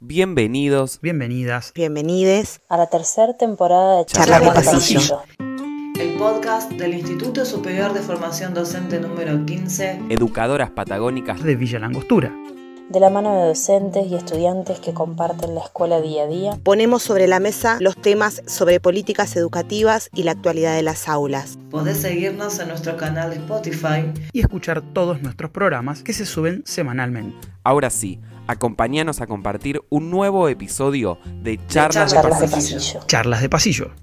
Bienvenidos, bienvenidas, bienvenides a la tercera temporada de Charlas de Pasillo. El podcast del Instituto Superior de Formación Docente número 15, educadoras patagónicas de Villa Langostura. De la mano de docentes y estudiantes que comparten la escuela día a día, Ponemos sobre la mesa los temas sobre políticas educativas y la actualidad de las aulas. podés seguirnos en nuestro canal de Spotify Y escuchar todos nuestros programas que se suben semanalmente. Ahora sí, acompáñanos a compartir un nuevo episodio de Charlas Charlas de de Pasillo. Pasillo. Charlas de Pasillo.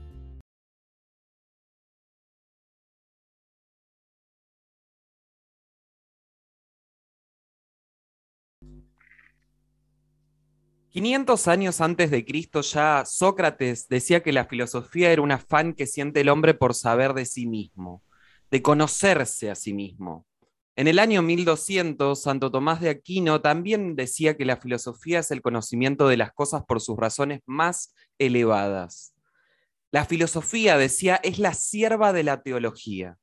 $500 años antes de Cristo ya Sócrates decía que la filosofía era un afán que siente el hombre por saber de sí mismo, de conocerse a sí mismo. En el año 1200, Santo Tomás de Aquino también decía que la filosofía es el conocimiento de las cosas por sus razones más elevadas. La filosofía, decía, es la sierva de la teología.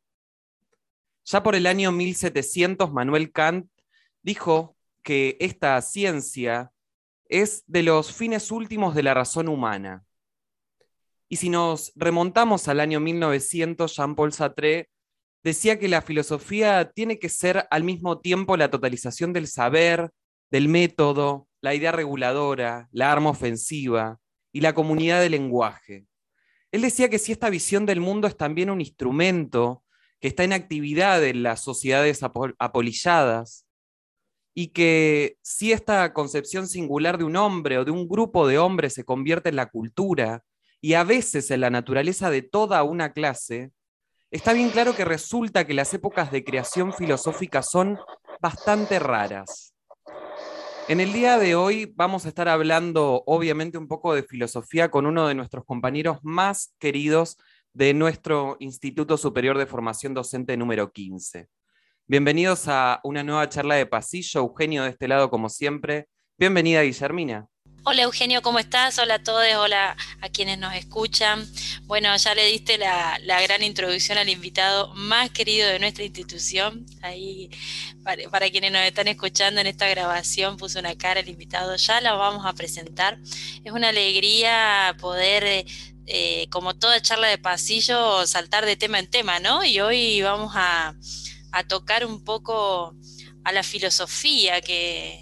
Ya por el año 1700, Manuel Kant dijo que esta ciencia es de los fines últimos de la razón humana. Y si nos remontamos al año 1900, Jean-Paul Sartre decía que la filosofía tiene que ser al mismo tiempo la totalización del saber, del método, la idea reguladora, la arma ofensiva y la comunidad del lenguaje. Él decía que si esta visión del mundo es también un instrumento que está en actividad en las sociedades apolilladas, y que si esta concepción singular de un hombre o de un grupo de hombres se convierte en la cultura y a veces en la naturaleza de toda una clase, está bien claro que resulta que las épocas de creación filosófica son bastante raras. En el día de hoy vamos a estar hablando obviamente un poco de filosofía con uno de nuestros compañeros más queridos de nuestro Instituto Superior de Formación Docente número 15. Bienvenidos a una nueva charla de pasillo. Eugenio de este lado, como siempre. Bienvenida, Guillermina. Hola Eugenio, ¿cómo estás? Hola a todos, hola a quienes nos escuchan. Bueno, ya le diste la gran introducción al invitado más querido de nuestra institución. Ahí, para quienes nos están escuchando en esta grabación, puso una cara el invitado, ya la vamos a presentar. Es una alegría poder, como toda charla de pasillo, saltar de tema en tema, ¿no? Y hoy vamos a tocar un poco a la filosofía, que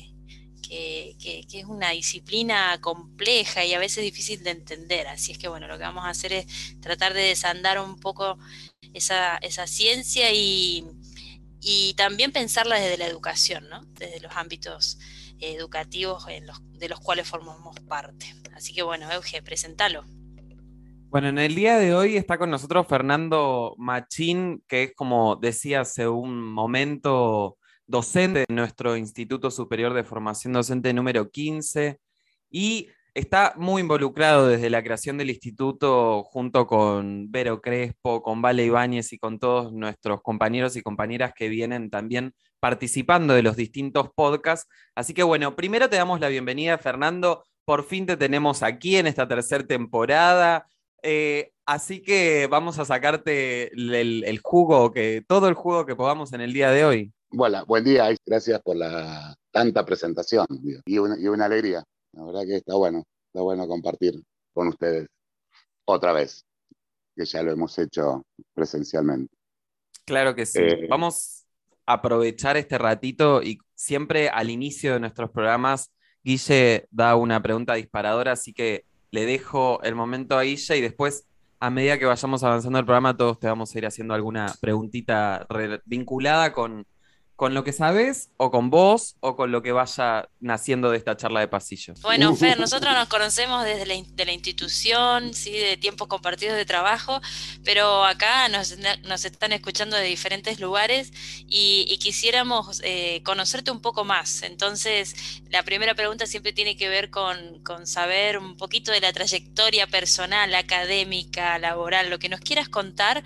es una disciplina compleja y a veces difícil de entender. Así es que bueno, lo que vamos a hacer es tratar de desandar un poco esa ciencia y también pensarla desde la educación, ¿no? Desde los ámbitos educativos de los cuales formamos parte. Así que bueno, Euge, presentalo. Bueno, en el día de hoy está con nosotros Fernando Machín, que es, como decía hace un momento, docente de nuestro Instituto Superior de Formación Docente número 15 y está muy involucrado desde la creación del instituto junto con Vero Crespo, con Vale Ibáñez y con todos nuestros compañeros y compañeras que vienen también participando de los distintos podcasts. Así que bueno, primero te damos la bienvenida, Fernando. Por fin te tenemos aquí en esta tercera temporada. Así que vamos a sacarte el jugo, todo el jugo que podamos en el día de hoy. Bueno, buen día, gracias por tanta presentación y una alegría. La verdad que está bueno compartir con ustedes otra vez, que ya lo hemos hecho presencialmente. Claro que sí. Vamos a aprovechar este ratito y siempre al inicio de nuestros programas, Guille da una pregunta disparadora, así que le dejo el momento a Guille y después, a medida que vayamos avanzando el programa, todos te vamos a ir haciendo alguna preguntita vinculada con lo que sabes, o con vos, o con lo que vaya naciendo de esta charla de pasillo. Bueno, Fer, nosotros nos conocemos desde de la institución, sí, de tiempos compartidos de trabajo, pero acá nos están escuchando de diferentes lugares y quisiéramos conocerte un poco más. Entonces, la primera pregunta siempre tiene que ver con saber un poquito de la trayectoria personal, académica, laboral, lo que nos quieras contar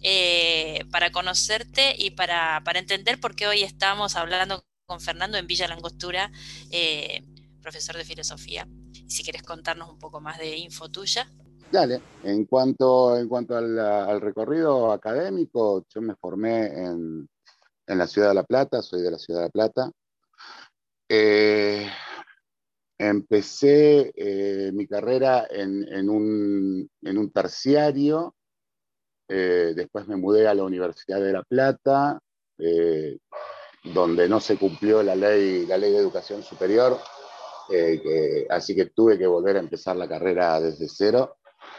para conocerte y para entender por qué hoy estamos hablando con Fernando en Villa Langostura, profesor de filosofía. Y si quieres contarnos un poco más de info tuya. Dale, en cuanto al recorrido académico, yo me formé en la ciudad de La Plata, soy de la ciudad de La Plata. Empecé mi carrera en un terciario, después me mudé a la Universidad de La Plata, donde no se cumplió la ley de educación superior, así que tuve que volver a empezar la carrera desde cero.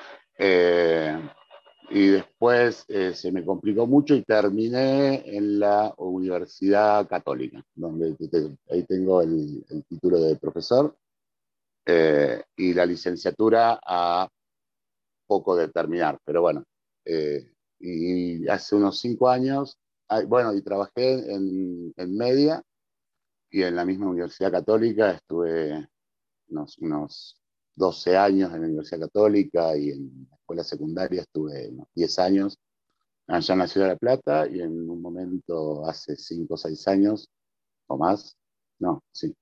Y después se me complicó mucho y terminé en la Universidad Católica, donde ahí tengo el título de profesor, y la licenciatura a poco de terminar, pero bueno. Y hace unos 5 años, bueno, y trabajé en media y en la misma Universidad Católica estuve unos 12 años en la Universidad Católica, y en la escuela secundaria estuve unos 10 años allá en la Ciudad de La Plata, y en un momento, hace 5 o 6 años o más, no, sí,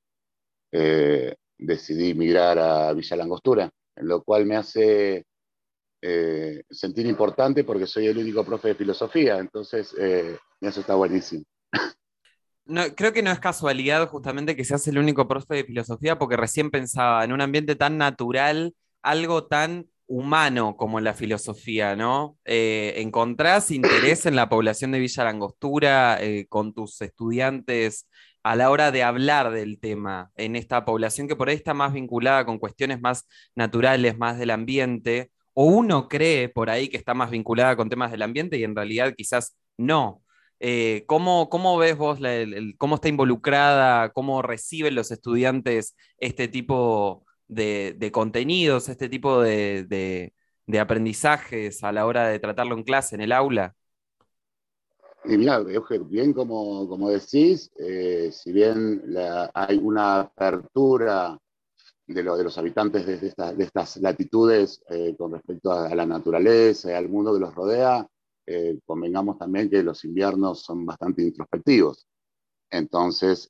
decidí migrar a Villa Langostura, lo cual me hace sentir importante porque soy el único profe de filosofía, entonces eso está buenísimo. No, creo que no es casualidad justamente que seas el único profe de filosofía, porque recién pensaba en un ambiente tan natural, algo tan humano como la filosofía, ¿no? ¿Encontrás interés en la población de Villa Langostura con tus estudiantes a la hora de hablar del tema en esta población que por ahí está más vinculada con cuestiones más naturales, más del ambiente? O uno cree por ahí que está más vinculada con temas del ambiente y en realidad quizás no. ¿Cómo ves vos cómo está involucrada, cómo reciben los estudiantes este tipo de contenidos, este tipo de aprendizajes a la hora de tratarlo en clase, en el aula? Y mira, Eugen, bien como decís, si bien hay una apertura de los habitantes de estas latitudes con respecto a la naturaleza y al mundo que los rodea, convengamos también que los inviernos son bastante introspectivos. Entonces,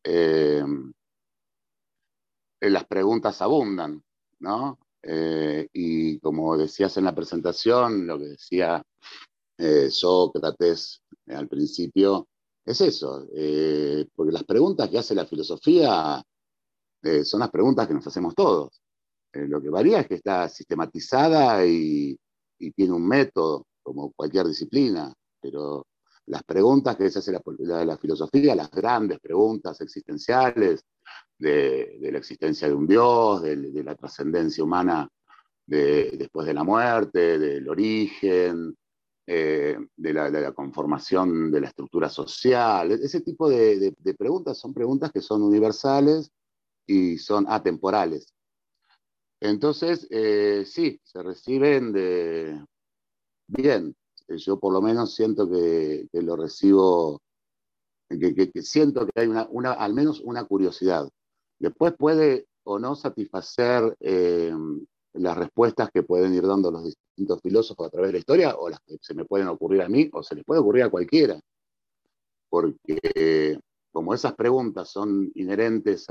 las preguntas abundan, ¿no? Y como decías en la presentación, lo que decía Sócrates al principio, es eso, porque las preguntas que hace la filosofía son las preguntas que nos hacemos todos. Lo que varía es que está sistematizada y tiene un método, como cualquier disciplina, pero las preguntas que se hace la filosofía, las grandes preguntas existenciales de la existencia de un Dios, de la trascendencia humana después de la muerte, del origen, de la conformación de la estructura social. Ese tipo de preguntas son preguntas que son universales y son atemporales. Entonces, sí, se reciben bien. Yo por lo menos siento que lo recibo, que siento que hay al menos una curiosidad. Después puede o no satisfacer las respuestas que pueden ir dando los distintos filósofos a través de la historia, o las que se me pueden ocurrir a mí, o se les puede ocurrir a cualquiera. Porque como esas preguntas son inherentes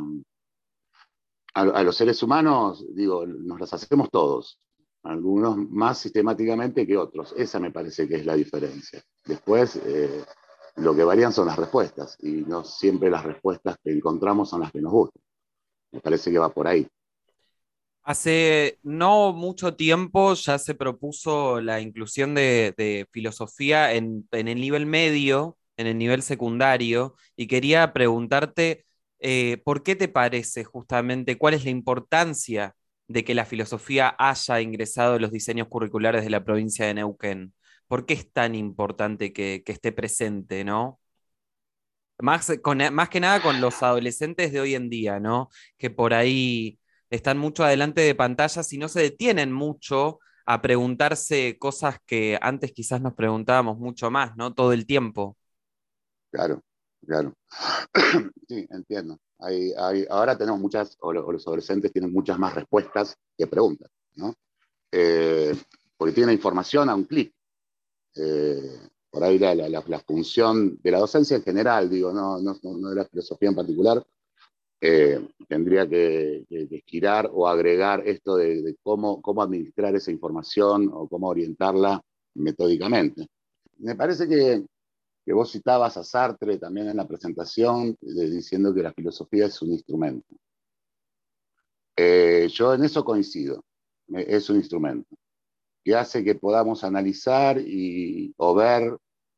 a los seres humanos, digo, nos las hacemos todos, algunos más sistemáticamente que otros. Esa me parece que es la diferencia. Después, lo que varían son las respuestas, y no siempre las respuestas que encontramos son las que nos gustan. Me parece que va por ahí. Hace no mucho tiempo ya se propuso la inclusión de filosofía en el nivel medio, en el nivel secundario, y quería preguntarte, ¿por qué te parece justamente, cuál es la importancia de que la filosofía haya ingresado en los diseños curriculares de la provincia de Neuquén? ¿Por qué es tan importante que esté presente, ¿no? Más que nada con los adolescentes de hoy en día, ¿no? Que por ahí están mucho adelante de pantallas y no se detienen mucho a preguntarse cosas que antes quizás nos preguntábamos mucho más, ¿no? Todo el tiempo. Claro, claro. Sí, entiendo. Ahora tenemos o los adolescentes tienen muchas más respuestas que preguntas, ¿no? Eh, Porque tienen la información a un clic. Por ahí la función de la docencia en general, digo, no de la filosofía en particular, tendría que girar o agregar esto de cómo administrar esa información o cómo orientarla metódicamente. Me parece que vos citabas a Sartre también en la presentación, diciendo que la filosofía es un instrumento. Yo en eso coincido. Es un instrumento que hace que podamos analizar o ver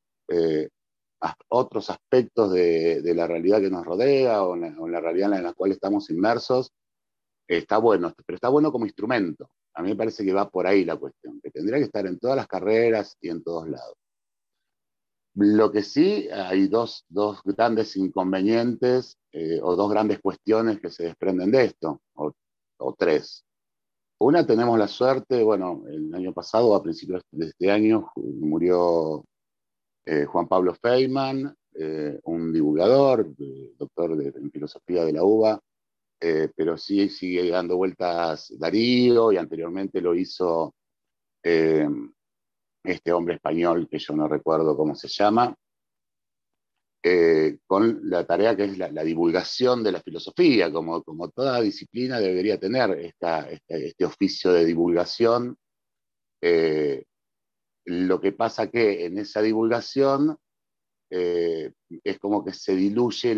otros aspectos de la realidad que nos rodea o en la realidad en la cual estamos inmersos. Está bueno, pero está bueno como instrumento. A mí me parece que va por ahí la cuestión, que tendría que estar en todas las carreras y en todos lados. Lo que sí, hay dos grandes inconvenientes o dos grandes cuestiones que se desprenden de esto, o tres. Una, tenemos la suerte, bueno, el año pasado, a principios de este año, murió Juan Pablo Feynman, un divulgador, doctor en filosofía de la UBA, pero sí sigue dando vueltas Darío, y anteriormente lo hizo este hombre español que yo no recuerdo cómo se llama, con la tarea que es la divulgación de la filosofía, como toda disciplina debería tener este oficio de divulgación. Lo que pasa que en esa divulgación es como que se diluye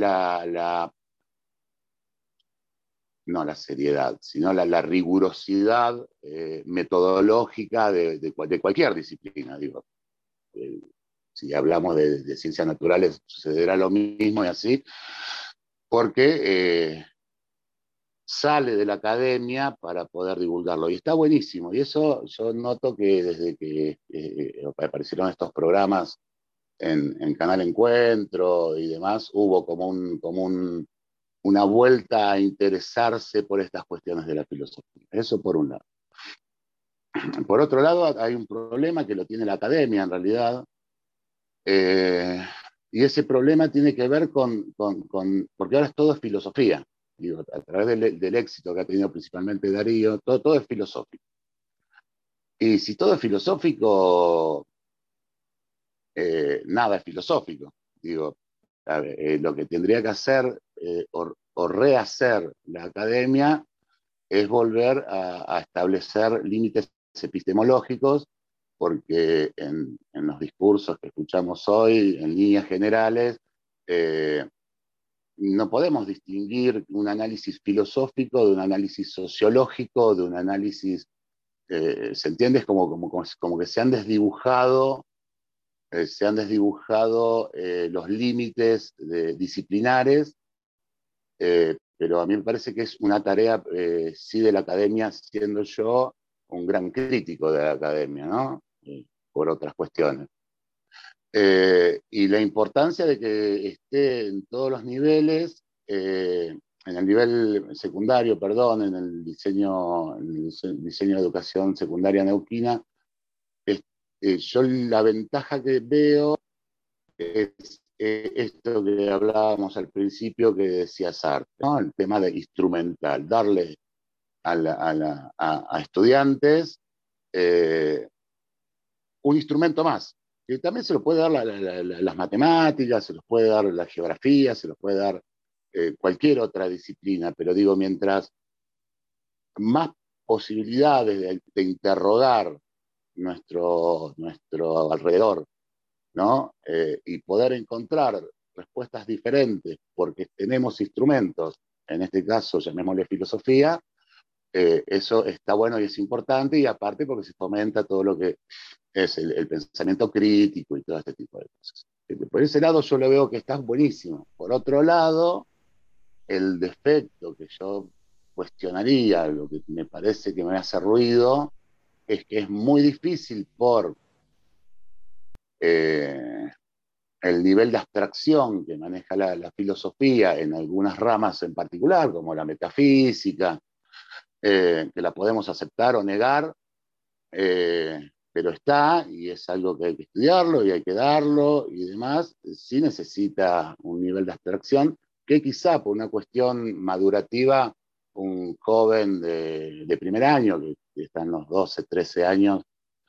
no la seriedad, sino la rigurosidad metodológica de cualquier disciplina, digo. Si hablamos de ciencias naturales, sucederá lo mismo y así, porque sale de la academia para poder divulgarlo. Y está buenísimo. Y eso yo noto que desde que aparecieron estos programas en Canal Encuentro y demás, hubo como una vuelta a interesarse por estas cuestiones de la filosofía. Eso por un lado. Por otro lado, hay un problema que lo tiene la academia en realidad, y ese problema tiene que ver porque ahora todo es filosofía. Digo, a través del éxito que ha tenido principalmente Darío, todo es filosófico. Y si todo es filosófico, nada es filosófico. Digo, lo que tendría que hacer o rehacer la academia es volver a establecer límites epistemológicos, porque en los discursos que escuchamos hoy, en líneas generales, no podemos distinguir un análisis filosófico de un análisis sociológico, de un análisis, ¿se entiende? Es como que se han desdibujado los límites disciplinares, pero a mí me parece que es una tarea, sí, de la academia, siendo yo un gran crítico de la academia, ¿no? Por otras cuestiones. Y la importancia de que esté en todos los niveles, en el nivel secundario, perdón, en el diseño de educación secundaria neuquina, yo la ventaja que veo es esto que hablábamos al principio que decía Sartre, ¿no? El tema de instrumental, darle a estudiantes un instrumento más, que también se lo puede dar las matemáticas, se los puede dar la geografía, se los puede dar cualquier otra disciplina, pero digo, mientras más posibilidades de interrogar nuestro alrededor, ¿no? Y poder encontrar respuestas diferentes porque tenemos instrumentos, en este caso llamémosle filosofía, eso está bueno y es importante, y aparte porque se fomenta todo lo que es el pensamiento crítico y todo este tipo de cosas. Por ese lado yo lo veo que está buenísimo. Por otro lado, el defecto que yo cuestionaría, lo que me parece que me hace ruido, es que es muy difícil por el nivel de abstracción que maneja la filosofía en algunas ramas en particular, como la metafísica, que la podemos aceptar o negar, pero está, y es algo que hay que estudiarlo y hay que darlo y demás. Sí necesita un nivel de abstracción que quizá por una cuestión madurativa, un joven de primer año, que está en los 12, 13 años,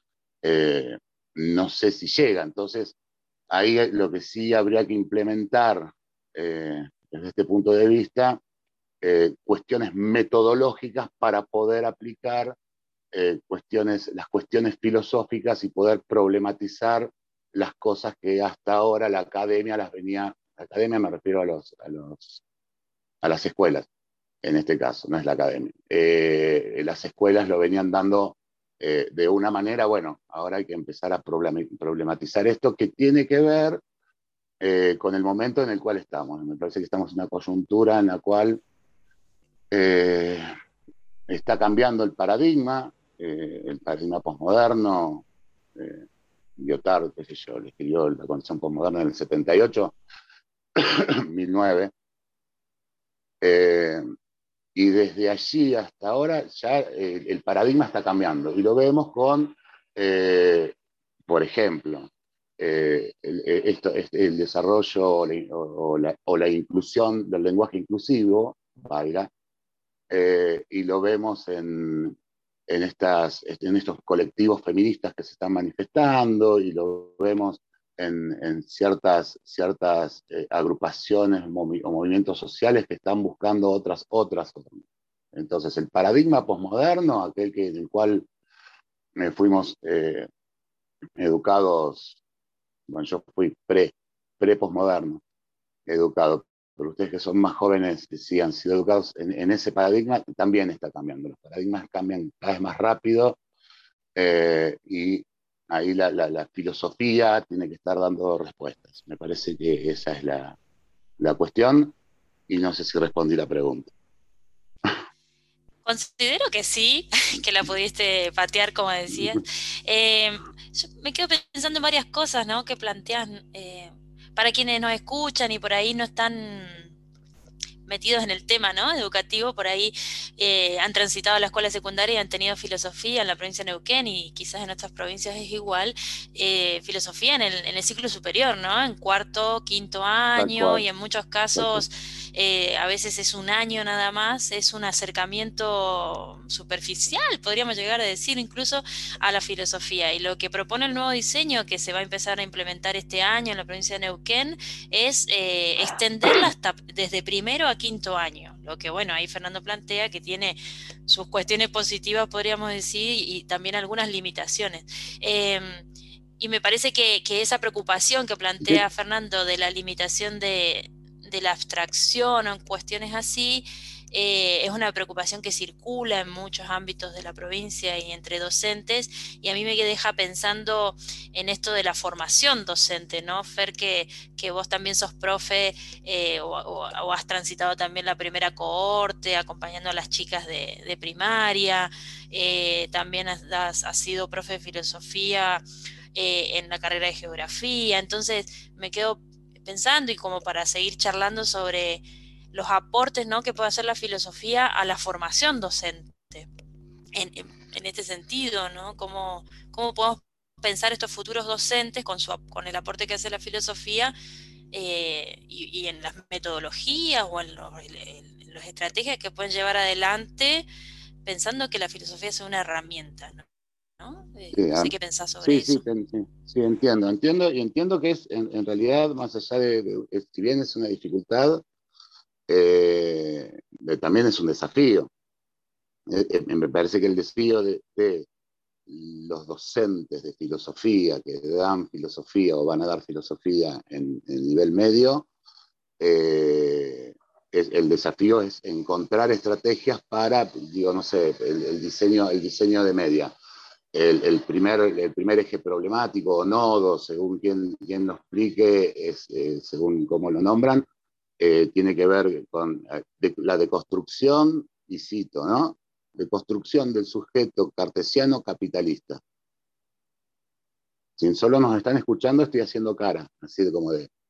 no sé si llega. Entonces, ahí lo que sí habría que implementar desde este punto de vista, cuestiones metodológicas para poder aplicar las cuestiones filosóficas y poder problematizar las cosas que hasta ahora la academia me refiero a las escuelas, en este caso, no es la academia. Las escuelas lo venían dando de una manera, bueno, ahora hay que empezar a problematizar esto que tiene que ver con el momento en el cual estamos. Me parece que estamos en una coyuntura en la cual está cambiando el paradigma posmoderno. Lyotard, qué sé yo, le escribió la condición posmoderna en el 78, 1009. Y desde allí hasta ahora ya el paradigma está cambiando. Y lo vemos con, por ejemplo, el desarrollo o la inclusión del lenguaje inclusivo, valga, y lo vemos en estos colectivos feministas que se están manifestando, y lo vemos en ciertas agrupaciones o movimientos sociales que están buscando otras. Entonces, el paradigma posmoderno, aquel en el cual fuimos educados, bueno, yo fui pre-posmoderno, educado, pero ustedes que son más jóvenes, que sí han sido educados en ese paradigma, también está cambiando. Los paradigmas cambian cada vez más rápido, y ahí la filosofía tiene que estar dando respuestas. Me parece que esa es la cuestión, y no sé si respondí la pregunta. Considero que sí, que la pudiste patear, como decías. Yo me quedo pensando en varias cosas, ¿no?, que plantean para quienes nos escuchan y por ahí no están metidos en el tema, ¿no?, educativo. Por ahí han transitado la escuela secundaria y han tenido filosofía en la provincia de Neuquén, y quizás en otras provincias es igual, filosofía en el ciclo superior, ¿no?, en cuarto, quinto Tal año, cual, y en muchos tal cual. casos a veces es un año nada más, es un acercamiento superficial, podríamos llegar a decir, incluso a la filosofía. Y lo que propone el nuevo diseño, que se va a empezar a implementar este año en la provincia de Neuquén, es extenderla hasta desde primero a quinto año. Lo que, bueno, ahí Fernando plantea que tiene sus cuestiones positivas, podríamos decir, y también algunas limitaciones. Y me parece que esa preocupación que plantea Fernando de la limitación de la abstracción o en cuestiones así, es una preocupación que circula en muchos ámbitos de la provincia y entre docentes, y a mí me deja pensando en esto de la formación docente, ¿no, Fer? Que vos también sos profe, o has transitado también la primera cohorte acompañando a las chicas de primaria, también has sido profe de filosofía en la carrera de geografía. Entonces me quedo pensando, y como para seguir charlando sobre los aportes, ¿no?, que puede hacer la filosofía a la formación docente en este sentido, ¿no? ¿Cómo podemos pensar estos futuros docentes con el aporte que hace la filosofía, y en las metodologías o en las estrategias que pueden llevar adelante, pensando que la filosofía es una herramienta, ¿no? Sí, No sé qué pensás sobre eso. sí, entiendo que es en realidad, más allá si bien es una dificultad, también es un desafío. Me parece que el desafío de los docentes de filosofía que dan filosofía o van a dar filosofía en nivel medio, el desafío es encontrar estrategias para, digo, no sé, el diseño de media. El primer eje problemático o nodo, según quien lo explique, según cómo lo nombran, tiene que ver con la deconstrucción, y cito, ¿no?, deconstrucción del sujeto cartesiano capitalista. Si solo nos están escuchando, estoy haciendo cara, así de como de...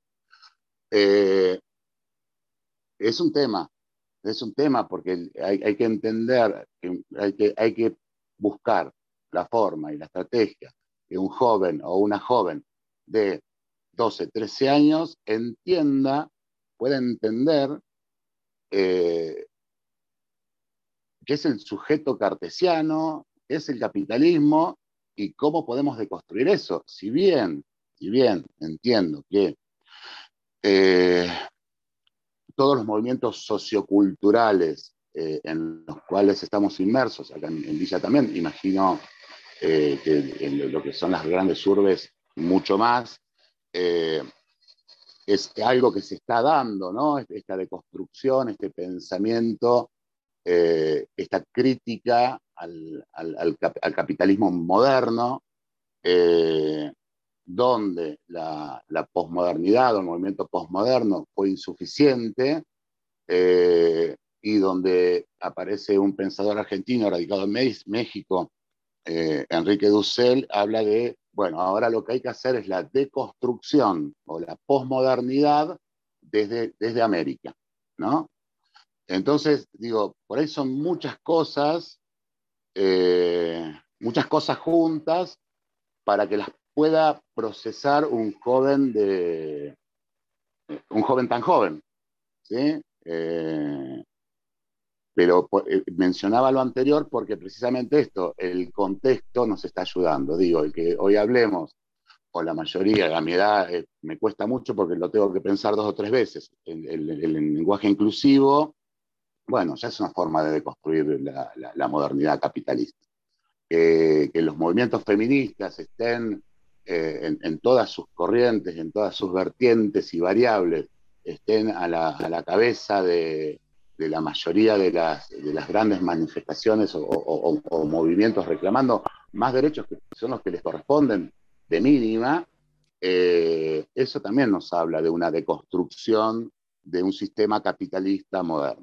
es un tema porque hay que entender, que hay que buscar la forma y la estrategia que un joven o una joven de 12, 13 años pueda entender qué es el sujeto cartesiano, qué es el capitalismo y cómo podemos deconstruir eso. Si bien entiendo que todos los movimientos socioculturales en los cuales estamos inmersos, acá en Villa también, imagino que en lo que son las grandes urbes mucho más, es algo que se está dando, ¿no? Esta deconstrucción, este pensamiento esta crítica al capitalismo moderno, donde la posmodernidad o el movimiento posmoderno fue insuficiente, y donde aparece un pensador argentino radicado en México, Enrique Dussel, habla de, bueno, ahora lo que hay que hacer es la deconstrucción o la posmodernidad desde América, ¿no? Entonces, digo, por ahí son muchas cosas juntas para que las pueda procesar un joven tan joven, ¿sí? Pero mencionaba lo anterior porque precisamente esto, el contexto nos está ayudando. Digo, el que hoy hablemos, o la mayoría, a mi edad, me cuesta mucho porque lo tengo que pensar 2 o 3 veces. El lenguaje inclusivo, bueno, ya es una forma de deconstruir la modernidad capitalista. Que los movimientos feministas estén en todas sus corrientes, en todas sus vertientes y variables, estén a la cabeza de la mayoría de las grandes manifestaciones o movimientos reclamando más derechos que son los que les corresponden de mínima, eso también nos habla de una deconstrucción de un sistema capitalista moderno.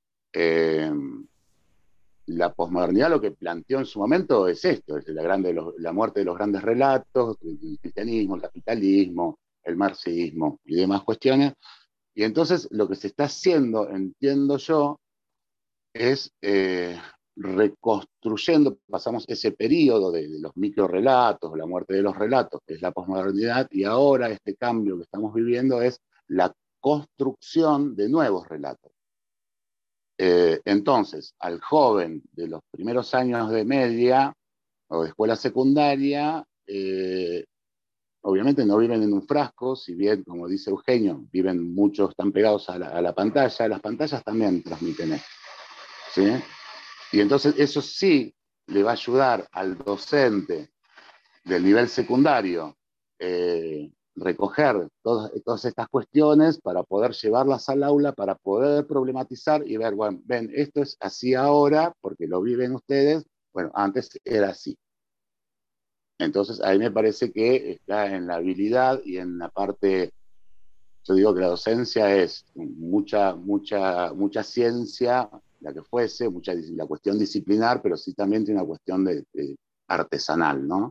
La posmodernidad lo que planteó en su momento es esto, es la muerte de los grandes relatos, el cristianismo, el capitalismo, el marxismo y demás cuestiones. Y entonces lo que se está haciendo, entiendo yo, es reconstruyendo, pasamos ese periodo de los microrelatos, la muerte de los relatos, que es la posmodernidad, y ahora este cambio que estamos viviendo es la construcción de nuevos relatos. Entonces, al joven de los primeros años de media o de escuela secundaria, obviamente no viven en un frasco, si bien, como dice Eugenio, viven muchos, están pegados a la pantalla, las pantallas también transmiten esto, ¿sí? Y entonces eso sí le va a ayudar al docente del nivel secundario, recoger todas estas cuestiones para poder llevarlas al aula, para poder problematizar y ver, bueno, ven, esto es así ahora, porque lo viven ustedes, bueno, antes era así. Entonces, ahí me parece que está en la habilidad y en la parte, yo digo que la docencia es mucha ciencia, la que fuese, la cuestión disciplinar, pero sí también tiene una cuestión de artesanal, ¿no?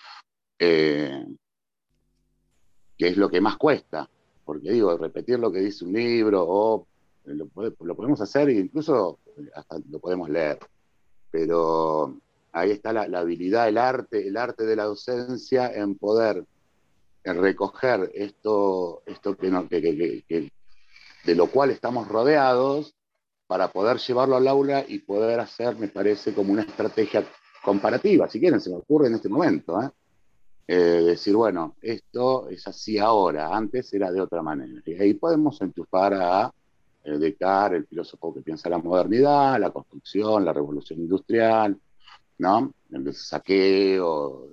Que es lo que más cuesta, porque digo, repetir lo que dice un libro, o lo podemos hacer e incluso hasta lo podemos leer, pero ahí está la habilidad, el arte de la docencia en poder recoger esto que de lo cual estamos rodeados para poder llevarlo al aula y poder hacer, me parece, como una estrategia comparativa, si quieren, se me ocurre en este momento, decir, bueno, esto es así ahora, antes era de otra manera. Y ahí podemos enchufar a Descartes, el filósofo que piensa la modernidad, la construcción, la revolución industrial, ¿no? El saqueo,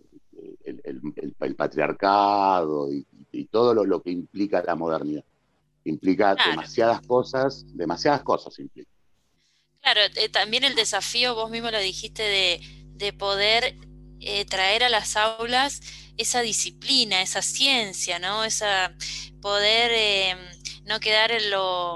el patriarcado y todo lo que implica la modernidad. Implica Claro. demasiadas cosas implica. Claro, también el desafío, vos mismo lo dijiste, de poder traer a las aulas esa disciplina, esa ciencia, ¿no? Poder no quedar en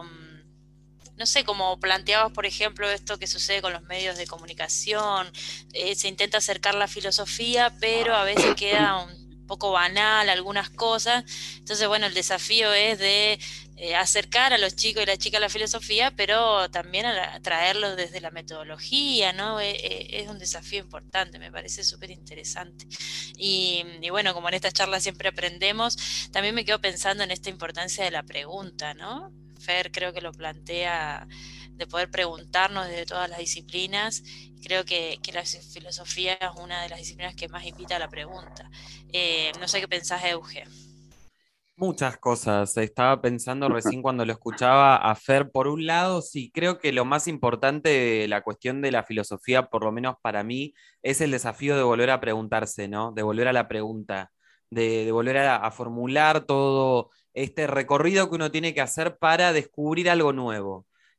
no sé, como planteabas, por ejemplo, esto que sucede con los medios de comunicación, se intenta acercar la filosofía, pero a veces queda un poco banal algunas cosas. Entonces, bueno, el desafío es de acercar a los chicos y las chicas a la filosofía, pero también traerlos desde la metodología, ¿no? Es un desafío importante, me parece súper interesante. Y bueno, como en esta charla siempre aprendemos, también me quedo pensando en esta importancia de la pregunta, ¿no? Fer creo que lo plantea, de poder preguntarnos desde todas las disciplinas. Creo que la filosofía es una de las disciplinas que más invita a la pregunta. No sé qué pensás, Euge. Muchas cosas. Estaba pensando recién cuando lo escuchaba a Fer. Por un lado, sí, creo que lo más importante de la cuestión de la filosofía, por lo menos para mí, es el desafío de volver a preguntarse, ¿no? De volver a la pregunta, de volver a formular todo este recorrido que uno tiene que hacer para descubrir algo nuevo.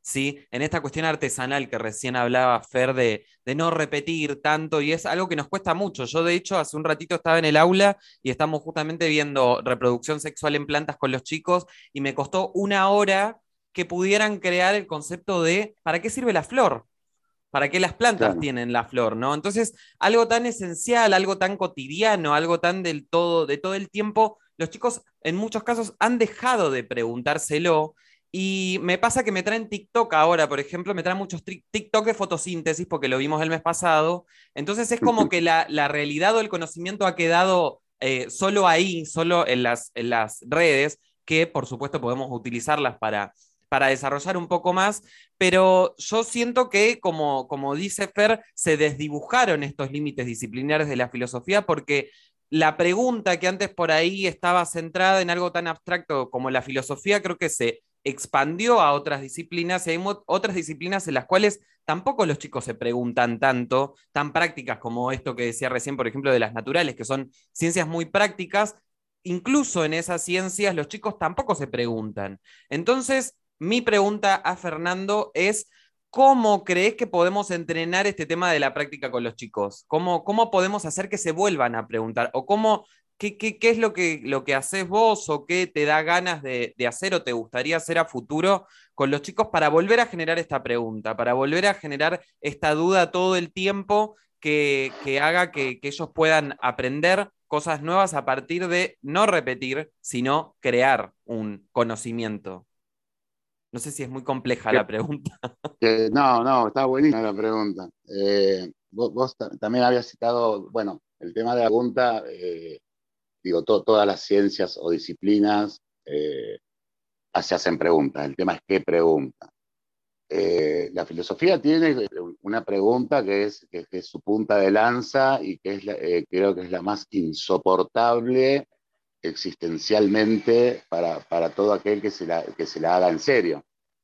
¿sí? En esta cuestión artesanal que recién hablaba Fer de no repetir tanto, y es algo que nos cuesta mucho. Yo, de hecho, hace un ratito estaba en el aula y estamos justamente viendo reproducción sexual en plantas con los chicos, y me costó una hora que pudieran crear el concepto de ¿para qué sirve la flor? ¿Para qué las plantas Claro. tienen la flor, no? Entonces, algo tan esencial, algo tan cotidiano, algo tan del todo, de todo el tiempo, los chicos en muchos casos han dejado de preguntárselo. Y me pasa que me traen TikTok ahora, por ejemplo, me traen muchos TikTok de fotosíntesis porque lo vimos el mes pasado. Entonces es como que la realidad o el conocimiento ha quedado solo ahí, solo en las redes, que por supuesto podemos utilizarlas para desarrollar un poco más, pero yo siento que, como dice Fer, se desdibujaron estos límites disciplinares de la filosofía porque la pregunta que antes por ahí estaba centrada en algo tan abstracto como la filosofía, creo que se expandió a otras disciplinas y hay otras disciplinas en las cuales tampoco los chicos se preguntan tanto, tan prácticas como esto que decía recién, por ejemplo, de las naturales, que son ciencias muy prácticas. Incluso en esas ciencias los chicos tampoco se preguntan. Entonces, mi pregunta a Fernando es, ¿cómo crees que podemos entrenar este tema de la práctica con los chicos? ¿Cómo podemos hacer que se vuelvan a preguntar? ¿O qué es lo que haces vos o qué te da ganas de hacer o te gustaría hacer a futuro con los chicos para volver a generar esta pregunta, para volver a generar esta duda todo el tiempo que haga que ellos puedan aprender cosas nuevas a partir de no repetir, sino crear un conocimiento? No sé si es muy compleja la pregunta. No, no, está buenísima la pregunta. Vos también habías citado, bueno, el tema de la pregunta, digo, todas las ciencias o disciplinas se hacen preguntas. El tema es qué pregunta. La filosofía tiene una pregunta que es su punta de lanza y que creo que es la más insoportable existencialmente para todo aquel que se la haga en serio,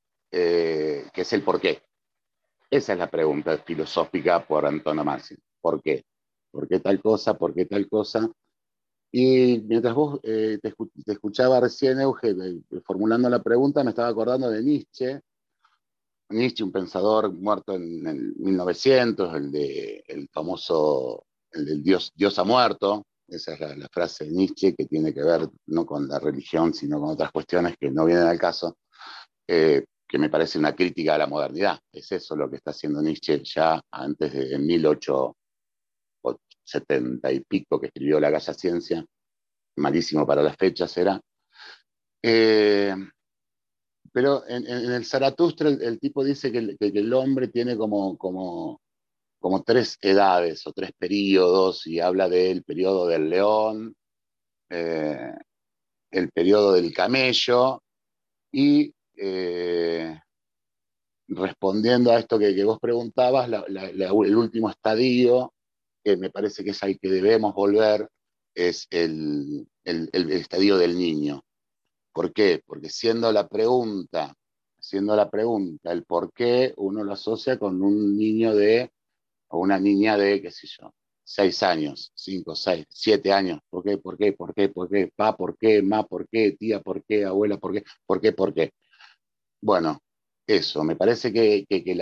que es el por qué. Esa es la pregunta filosófica por antonomasia. ¿Por qué? ¿Por qué tal cosa? ¿Por qué tal cosa? Y mientras vos te escuchaba recién, Euge, formulando la pregunta, me estaba acordando de Nietzsche. Nietzsche, un pensador muerto en el 1900, el famoso, el del Dios ha muerto. Esa es la frase de Nietzsche, que tiene que ver no con la religión, sino con otras cuestiones que no vienen al caso. Que me parece una crítica a la modernidad. Es eso lo que está haciendo Nietzsche ya antes de 1870 y pico, que escribió La Galla Ciencia, malísimo para las fechas era. Pero en el Zaratustra el tipo dice que el hombre tiene como tres edades o tres periodos, y habla del periodo del león, el periodo del camello, y respondiendo a esto que vos preguntabas, el último estadio, que me parece que es al que debemos volver, es el estadio del niño. ¿Por qué? Porque siendo la pregunta el por qué, uno lo asocia con un niño o una niña de, qué sé yo, 6 años, 5, 6, 7 años. ¿Por qué? ¿Por qué? ¿Por qué? ¿Por qué? Pa, ¿por qué? Ma, ¿por qué? Tía, ¿por qué? Abuela, ¿por qué? ¿Por qué? ¿Por qué? Bueno, eso, me parece que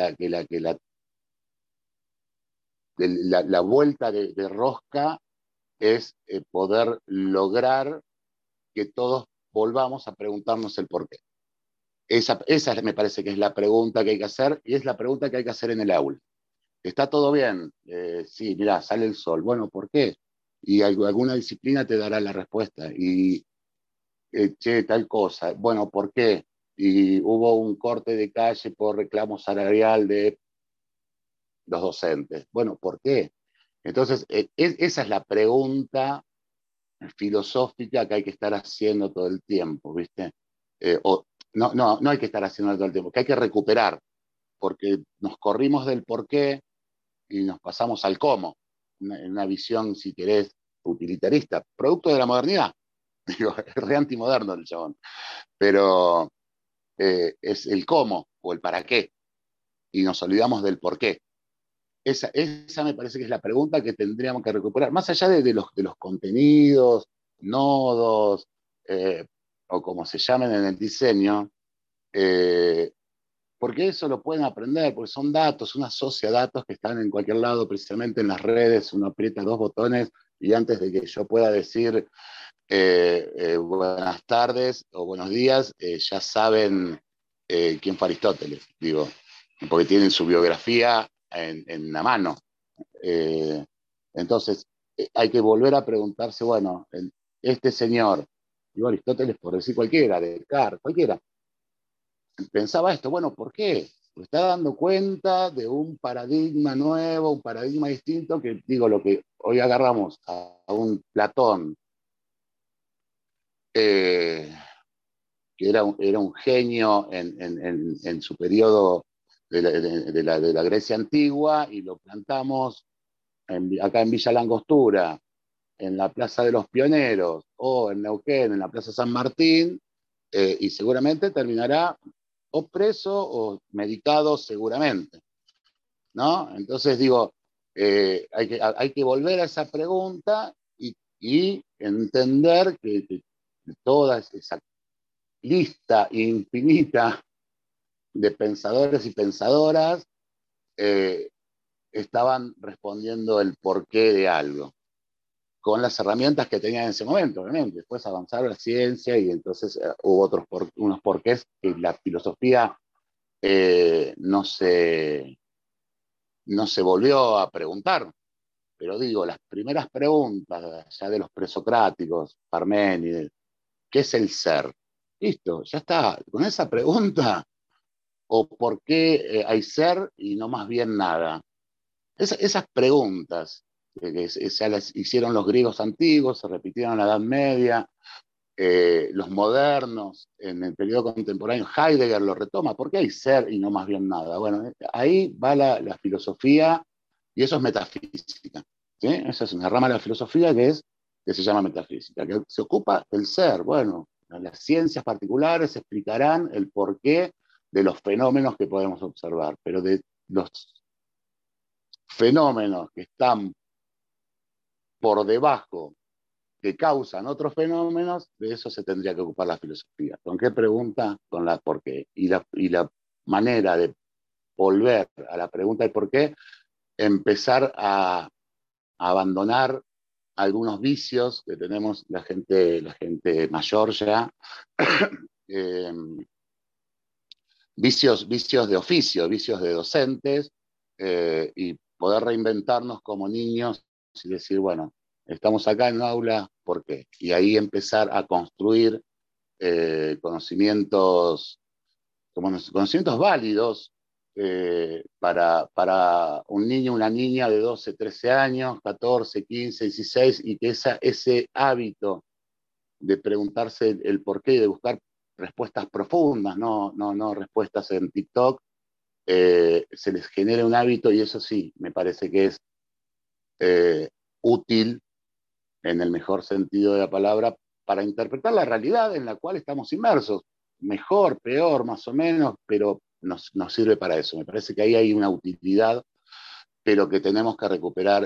la vuelta de rosca es poder lograr que todos volvamos a preguntarnos el por qué. Esa me parece que es la pregunta que hay que hacer, y es la pregunta que hay que hacer en el aula. ¿Está todo bien? Sí, mirá, sale el sol. Bueno, ¿por qué? Y alguna disciplina te dará la respuesta. Y, che, tal cosa. Bueno, ¿por qué? Y hubo un corte de calle por reclamo salarial de los docentes. Bueno, ¿por qué? Entonces, esa es la pregunta filosófica que hay que estar haciendo todo el tiempo, ¿viste? No hay que estar haciendo todo el tiempo, que hay que recuperar, porque nos corrimos del por qué y nos pasamos al cómo, una visión, si querés, utilitarista, producto de la modernidad. Digo, es re antimoderno el chabón, pero es el cómo o el para qué, y nos olvidamos del por qué. Esa me parece que es la pregunta que tendríamos que recuperar, más allá de los contenidos, nodos, o como se llamen en el diseño. porque eso lo pueden aprender, porque son datos, uno asocia datos que están en cualquier lado, precisamente en las redes, uno aprieta dos botones y antes de que yo pueda decir buenas tardes o buenos días, ya saben quién fue Aristóteles, digo, porque tienen su biografía en la mano. Entonces, hay que volver a preguntarse, bueno, este señor, digo Aristóteles por decir cualquiera, Descartes, cualquiera, pensaba esto, bueno, ¿por qué? Pues está dando cuenta de un paradigma nuevo, un paradigma distinto, que digo, lo que hoy agarramos a un Platón, que era un genio en su periodo de la Grecia antigua, y lo plantamos acá en Villa Langostura, en la Plaza de los Pioneros, o en Neuquén, en la Plaza San Martín, y seguramente terminará o preso o medicado seguramente, ¿no? Entonces digo, hay que volver a esa pregunta y entender que toda esa lista infinita de pensadores y pensadoras eh, estaban respondiendo el porqué de algo, con las herramientas que tenían en ese momento, obviamente. Después avanzaron la ciencia y entonces hubo unos porqués que la filosofía no se volvió a preguntar. Pero digo, las primeras preguntas ya de los presocráticos, Parménides, ¿qué es el ser? Listo, ya está. Con esa pregunta, o por qué hay ser y no más bien nada. Esas preguntas que ya las hicieron los griegos antiguos, se repitieron en la Edad Media, los modernos, en el periodo contemporáneo, Heidegger lo retoma, ¿por qué hay ser y no más bien nada? Bueno, ahí va la filosofía, y eso es metafísica, ¿sí? Esa es una rama de la filosofía que se llama metafísica, que se ocupa del ser. Bueno, las ciencias particulares explicarán el porqué de los fenómenos que podemos observar, pero de los fenómenos que están por debajo, que causan otros fenómenos, de eso se tendría que ocupar la filosofía. ¿Con qué pregunta? Con la por qué. Y la manera de volver a la pregunta de por qué, empezar a abandonar algunos vicios que tenemos la gente mayor ya, eh, vicios de oficio, vicios de docentes, y poder reinventarnos como niños y decir, bueno, estamos acá en un aula, ¿por qué? Y ahí empezar a construir conocimientos, conocimientos válidos para un niño, una niña de 12, 13 años, 14, 15, 16, y que ese hábito de preguntarse el por qué y de buscar respuestas profundas, no respuestas en TikTok, se les genere un hábito, y eso sí, me parece que es útil en el mejor sentido de la palabra para interpretar la realidad en la cual estamos inmersos. Mejor, peor, más o menos, pero nos sirve para eso. Me parece que ahí hay una utilidad, pero que tenemos que recuperar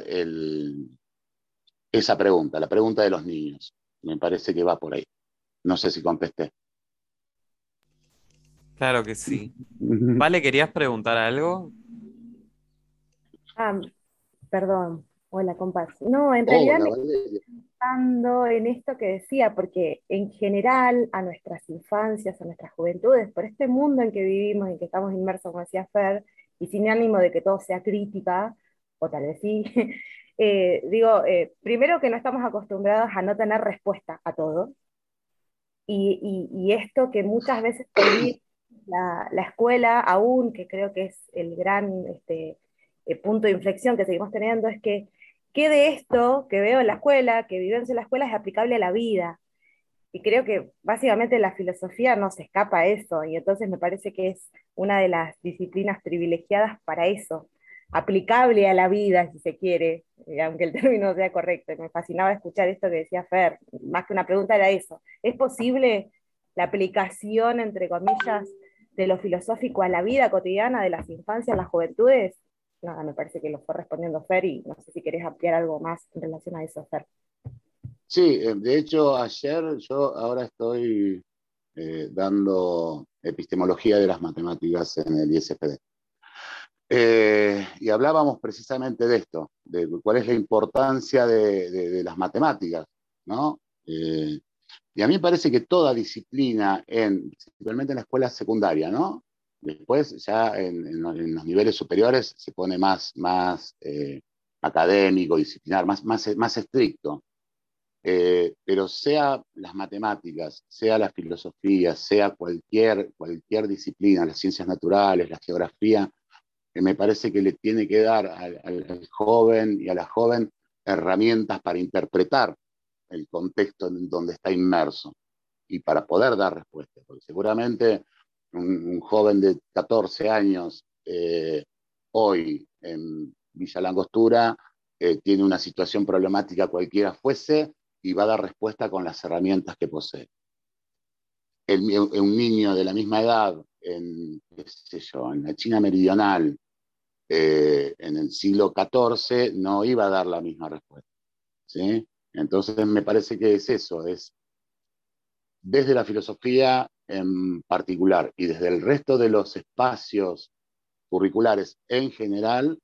esa pregunta, la pregunta de los niños. Me parece que va por ahí. No sé si contesté. Claro que sí. Vale, ¿querías preguntar algo? Ah, perdón. Hola, compas. No, en realidad Hola, me Valeria. estoy pensando en esto que decía, porque en general a nuestras infancias, a nuestras juventudes, por este mundo en que vivimos, en que estamos inmersos, como decía Fer, y sin ánimo de que todo sea crítica, o tal vez sí, digo, primero que no estamos acostumbrados a no tener respuesta a todo, y esto que muchas veces olvida la escuela aún, que creo que es el gran punto de inflexión que seguimos teniendo, es que qué de esto que veo en la escuela, que vivencio en la escuela, es aplicable a la vida. Y creo que básicamente la filosofía no se escapa a eso, y entonces me parece que es una de las disciplinas privilegiadas para eso, aplicable a la vida, si se quiere, aunque el término sea correcto. Y me fascinaba escuchar esto que decía Fer, más que una pregunta era eso. ¿Es posible la aplicación, entre comillas, de lo filosófico a la vida cotidiana de las infancias, las juventudes? Nada, me parece que lo fue respondiendo Fer, y no sé si querés ampliar algo más en relación a eso, Fer. Sí, de hecho, ayer yo ahora estoy dando epistemología de las matemáticas en el ISPD. Y hablábamos precisamente de esto, de cuál es la importancia de las matemáticas, ¿no? Y a mí me parece que toda disciplina, principalmente en la escuela secundaria, ¿no? Después ya en los niveles superiores se pone más académico, disciplinar, más estricto. Pero sea las matemáticas, sea la filosofía, sea cualquier disciplina, las ciencias naturales, la geografía, me parece que le tiene que dar al joven y a la joven herramientas para interpretar el contexto en donde está inmerso y para poder dar respuestas. Porque seguramente un joven de 14 años hoy en Villa Langostura tiene una situación problemática cualquiera fuese y va a dar respuesta con las herramientas que posee. Un niño de la misma edad en la China meridional en el siglo XIV no iba a dar la misma respuesta, ¿sí? Entonces me parece que es eso, es desde la filosofía en particular y desde el resto de los espacios curriculares en general,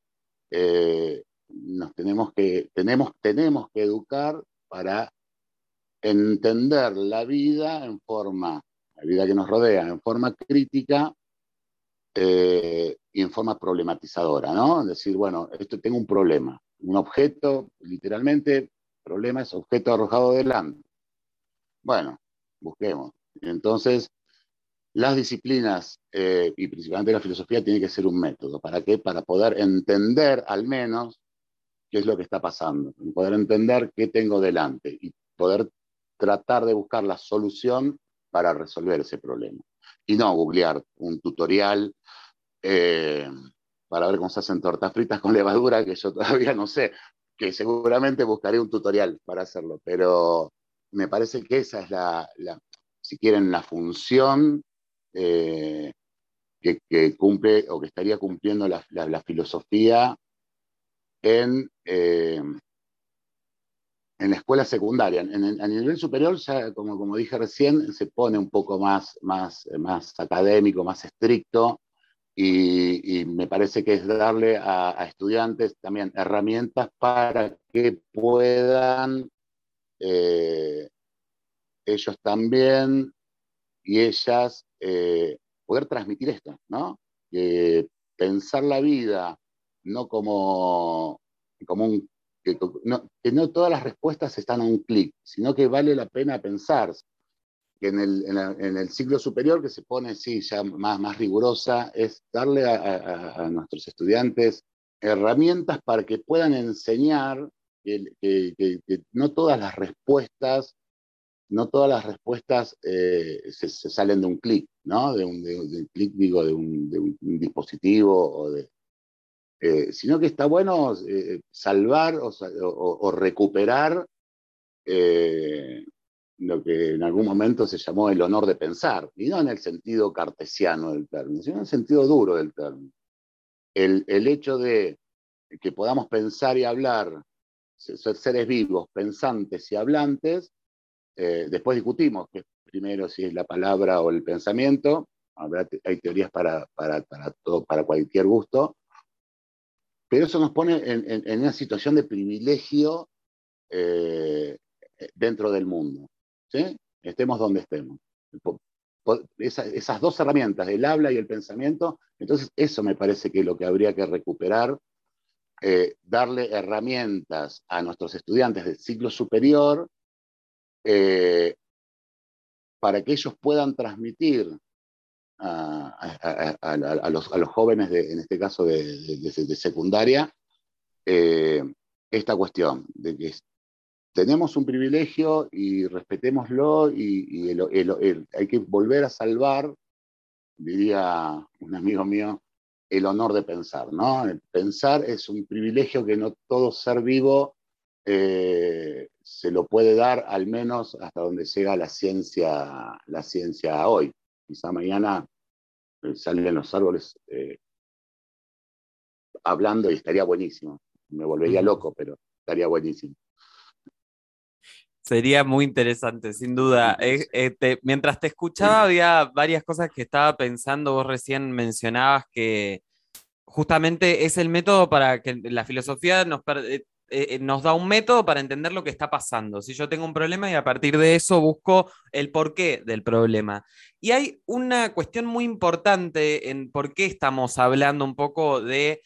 tenemos que educar para entender la vida la vida que nos rodea, en forma crítica y en forma problematizadora, ¿no? Es decir, bueno, tengo un problema, un objeto, literalmente, problema es objeto arrojado delante. Bueno, busquemos. Entonces, las disciplinas, y principalmente la filosofía, tiene que ser un método. ¿Para qué? Para poder entender al menos qué es lo que está pasando, poder entender qué tengo delante y poder tratar de buscar la solución para resolver ese problema. Y no googlear un tutorial para ver cómo se hacen tortas fritas con levadura, que yo todavía no sé, que seguramente buscaré un tutorial para hacerlo, pero me parece que esa es si quieren, la función que cumple o que estaría cumpliendo la filosofía en la escuela secundaria. A nivel superior, ya, como dije recién, se pone un poco más académico, más estricto, y me parece que es darle a estudiantes también herramientas para que puedan ellos también y ellas poder transmitir esto, ¿no? Pensar la vida no como que no todas las respuestas están a un clic, sino que vale la pena pensar que en el ciclo superior, que se pone sí, ya más rigurosa, es darle a nuestros estudiantes herramientas para que puedan enseñar que no todas las respuestas se salen de un clic, ¿no? De un clic, digo, de un dispositivo, sino que está bueno salvar o recuperar lo que en algún momento se llamó el honor de pensar, y no en el sentido cartesiano del término, sino en el sentido duro del término. El hecho de que podamos pensar y hablar, ser seres vivos, pensantes y hablantes, después discutimos que primero si es la palabra o el pensamiento, hay teorías para cualquier gusto, pero eso nos pone en una situación de privilegio dentro del mundo, ¿sí? Estemos donde estemos. Esas dos herramientas, el habla y el pensamiento, entonces eso me parece que es lo que habría que recuperar, darle herramientas a nuestros estudiantes del ciclo superior para que ellos puedan transmitir a los jóvenes, en este caso de secundaria, esta cuestión de que tenemos un privilegio y respetémoslo, y hay que volver a salvar, diría un amigo mío, el honor de pensar, ¿no? El pensar es un privilegio que no todo ser vivo se lo puede dar, al menos hasta donde llega la ciencia hoy. Quizá mañana salen los árboles hablando y estaría buenísimo. Me volvería loco, pero estaría buenísimo. Sería muy interesante, sin duda. Mientras te escuchaba, había varias cosas que estaba pensando. Vos recién mencionabas que justamente es el método para que la filosofía nos da un método para entender lo que está pasando. Si yo tengo un problema y a partir de eso busco el porqué del problema. Y hay una cuestión muy importante en por qué estamos hablando un poco de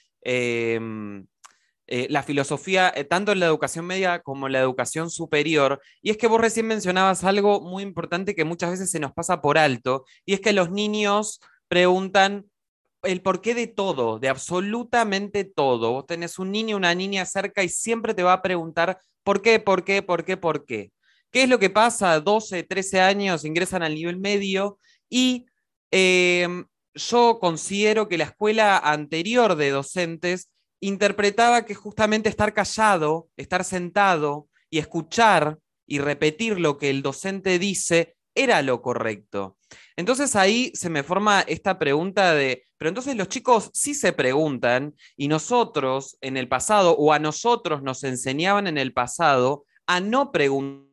la filosofía, tanto en la educación media como en la educación superior, y es que vos recién mencionabas algo muy importante que muchas veces se nos pasa por alto, y es que los niños preguntan el porqué de todo, de absolutamente todo. Vos tenés un niño, una niña cerca y siempre te va a preguntar por qué, por qué, por qué, por qué. ¿Qué es lo que pasa? 12, 13 años, ingresan al nivel medio y eh, yo considero que la escuela anterior de docentes interpretaba que justamente estar callado, estar sentado y escuchar y repetir lo que el docente dice era lo correcto. Entonces ahí se me forma esta pregunta de, pero entonces los chicos sí se preguntan y nosotros en el pasado o a nosotros nos enseñaban en el pasado a no preguntar,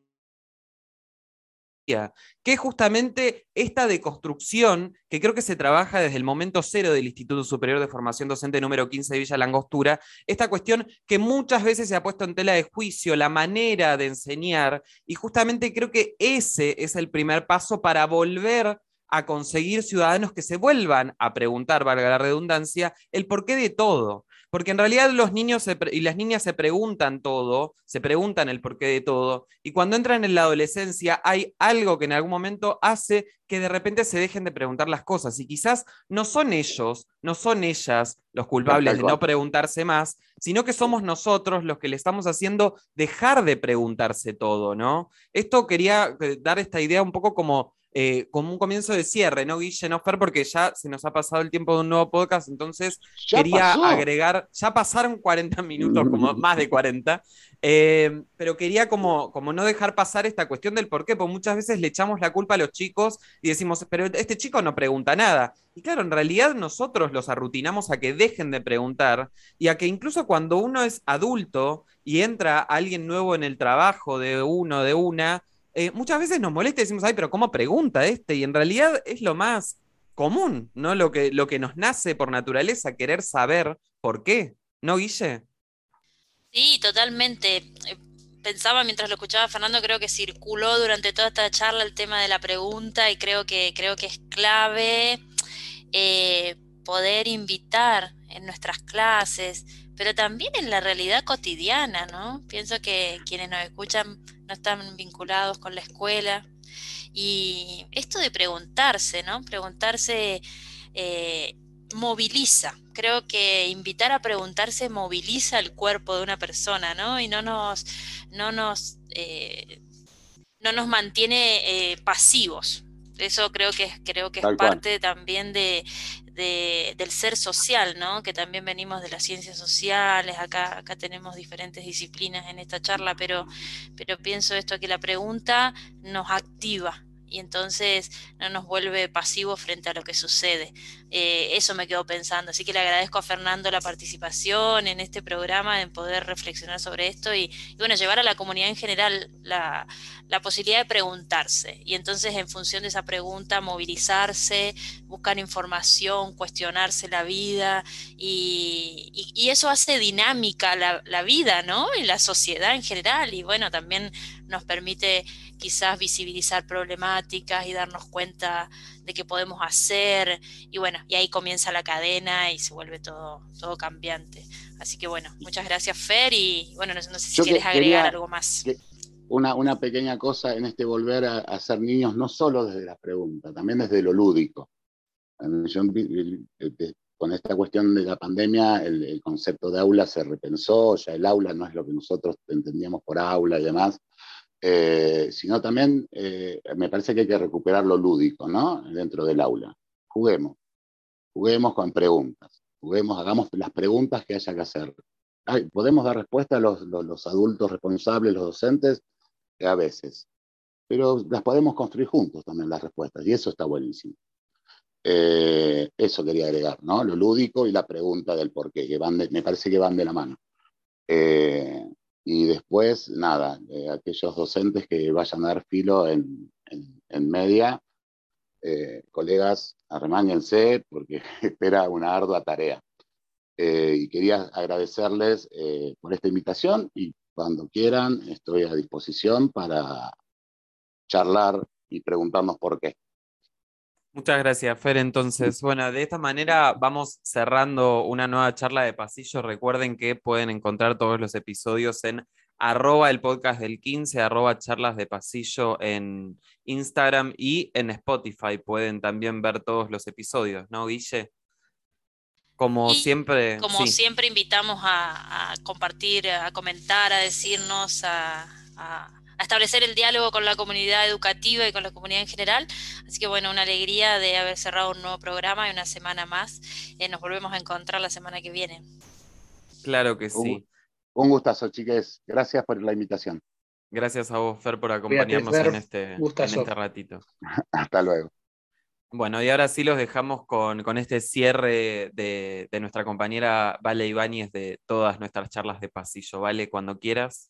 que es justamente esta deconstrucción que creo que se trabaja desde el momento cero del Instituto Superior de Formación Docente número 15 de Villa Langostura, esta cuestión que muchas veces se ha puesto en tela de juicio, la manera de enseñar, y justamente creo que ese es el primer paso para volver a conseguir ciudadanos que se vuelvan a preguntar, valga la redundancia, el porqué de todo. Porque en realidad los niños y las niñas se preguntan todo, se preguntan el porqué de todo, y cuando entran en la adolescencia hay algo que en algún momento hace que de repente se dejen de preguntar las cosas, y quizás no son ellos, no son ellas los culpables de no preguntarse más, sino que somos nosotros los que le estamos haciendo dejar de preguntarse todo, ¿no? Esto quería dar esta idea un poco como un comienzo de cierre, ¿no, Guille? No, Fer, porque ya se nos ha pasado el tiempo de un nuevo podcast, entonces quería agregar, ya pasaron 40 minutos, como más de 40, pero quería como no dejar pasar esta cuestión del por qué, porque muchas veces le echamos la culpa a los chicos y decimos, pero este chico no pregunta nada. Y claro, en realidad nosotros los arrutinamos a que dejen de preguntar y a que incluso cuando uno es adulto y entra alguien nuevo en el trabajo de uno, de una, muchas veces nos molesta y decimos, ay, pero ¿cómo pregunta este? Y en realidad es lo más común, ¿no? Lo que nos nace por naturaleza, querer saber por qué, ¿no, Guille? Sí, totalmente. Pensaba mientras lo escuchaba Fernando, creo que circuló durante toda esta charla el tema de la pregunta y creo que es clave poder invitar en nuestras clases, pero también en la realidad cotidiana, ¿no? Pienso que quienes nos escuchan no están vinculados con la escuela y esto de preguntarse, ¿no? Preguntarse eh, moviliza. Creo que invitar a preguntarse moviliza el cuerpo de una persona, ¿no? Y no nos, no nos mantiene pasivos. Eso creo que es Tal cual. parte también del ser social, ¿no? Que también venimos de las ciencias sociales, acá tenemos diferentes disciplinas en esta charla, pero pienso esto, que la pregunta nos activa y entonces no nos vuelve pasivos frente a lo que sucede. Eso me quedo pensando, así que le agradezco a Fernando la participación en este programa, en poder reflexionar sobre esto y bueno, llevar a la comunidad en general la posibilidad de preguntarse y entonces en función de esa pregunta movilizarse, buscar información, cuestionarse la vida y eso hace dinámica la vida, ¿no? Y la sociedad en general y bueno, también nos permite quizás visibilizar problemáticas y darnos cuenta de qué podemos hacer y bueno, y ahí comienza la cadena y se vuelve todo cambiante. Así que bueno, muchas gracias Fer y bueno, no sé si Yo quieres agregar algo más. Una pequeña cosa en este volver a ser niños, no solo desde las preguntas, también desde lo lúdico. Con esta cuestión de la pandemia, el concepto de aula se repensó, ya el aula no es lo que nosotros entendíamos por aula y demás, sino también me parece que hay que recuperar lo lúdico, ¿no? Dentro del aula. Juguemos con preguntas, hagamos las preguntas que haya que hacer. ¿Podemos dar respuesta a los adultos responsables, los docentes? A veces, pero las podemos construir juntos también las respuestas, y eso está buenísimo. Eso quería agregar, ¿no? Lo lúdico y la pregunta del por qué, me parece que van de la mano. Y después, nada, aquellos docentes que vayan a dar filo en media, colegas, arremáñense porque espera una ardua tarea. Y quería agradecerles por esta invitación y cuando quieran estoy a disposición para charlar y preguntarnos por qué. Muchas gracias, Fer. Entonces, bueno, de esta manera vamos cerrando una nueva charla de pasillo. Recuerden que pueden encontrar todos los episodios en @el podcast del 15, @charlas de pasillo en Instagram y en Spotify. Pueden también ver todos los episodios, ¿no, Guille? Como siempre invitamos a compartir, a comentar, a decirnos, a establecer el diálogo con la comunidad educativa y con la comunidad en general. Así que bueno, una alegría de haber cerrado un nuevo programa y una semana más. Nos volvemos a encontrar la semana que viene. Claro que sí. Un gustazo, chiques. Gracias por la invitación. Gracias a vos, Fer, por acompañarnos en este ratito. Hasta luego. Bueno, y ahora sí los dejamos con este cierre de nuestra compañera Vale Ibáñez de todas nuestras charlas de pasillo. Vale, cuando quieras.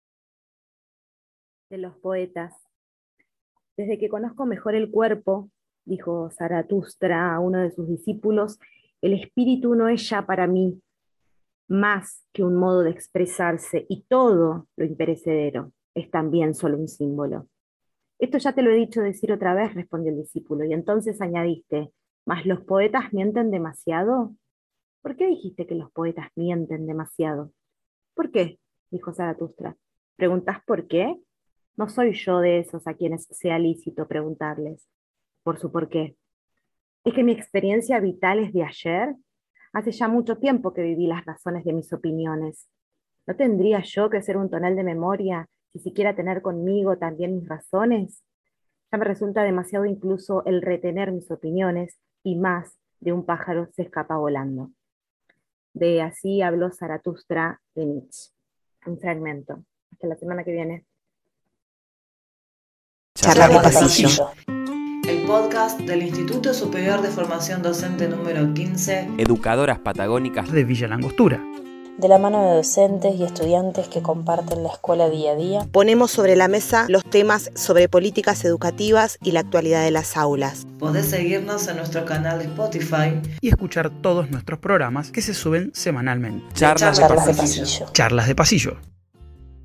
De los poetas. Desde que conozco mejor el cuerpo, dijo Zaratustra a uno de sus discípulos, el espíritu no es ya para mí más que un modo de expresarse y todo lo imperecedero es también solo un símbolo. Esto ya te lo he dicho decir otra vez, respondió el discípulo, y entonces añadiste, ¿mas los poetas mienten demasiado? ¿Por qué dijiste que los poetas mienten demasiado? ¿Por qué? Dijo Zaratustra. ¿Preguntás por qué? No soy yo de esos a quienes sea lícito preguntarles por su por qué. ¿Es que mi experiencia vital es de ayer? Hace ya mucho tiempo que viví las razones de mis opiniones. ¿No tendría yo que ser un tonel de memoria si siquiera tener conmigo también mis razones? Ya me resulta demasiado incluso el retener mis opiniones y más de un pájaro se escapa volando. De Así habló Zaratustra de Nietzsche. Un fragmento. Hasta la semana que viene. Charlas de pasillo. El podcast del Instituto Superior de Formación Docente número 15. Educadoras Patagónicas de Villa Langostura. De la mano de docentes y estudiantes que comparten la escuela día a día, Ponemos sobre la mesa los temas sobre políticas educativas y la actualidad de las aulas. Podés seguirnos en nuestro canal de Spotify Y escuchar todos nuestros programas que se suben semanalmente. Charlas charlas de pasillo. Charlas de pasillo.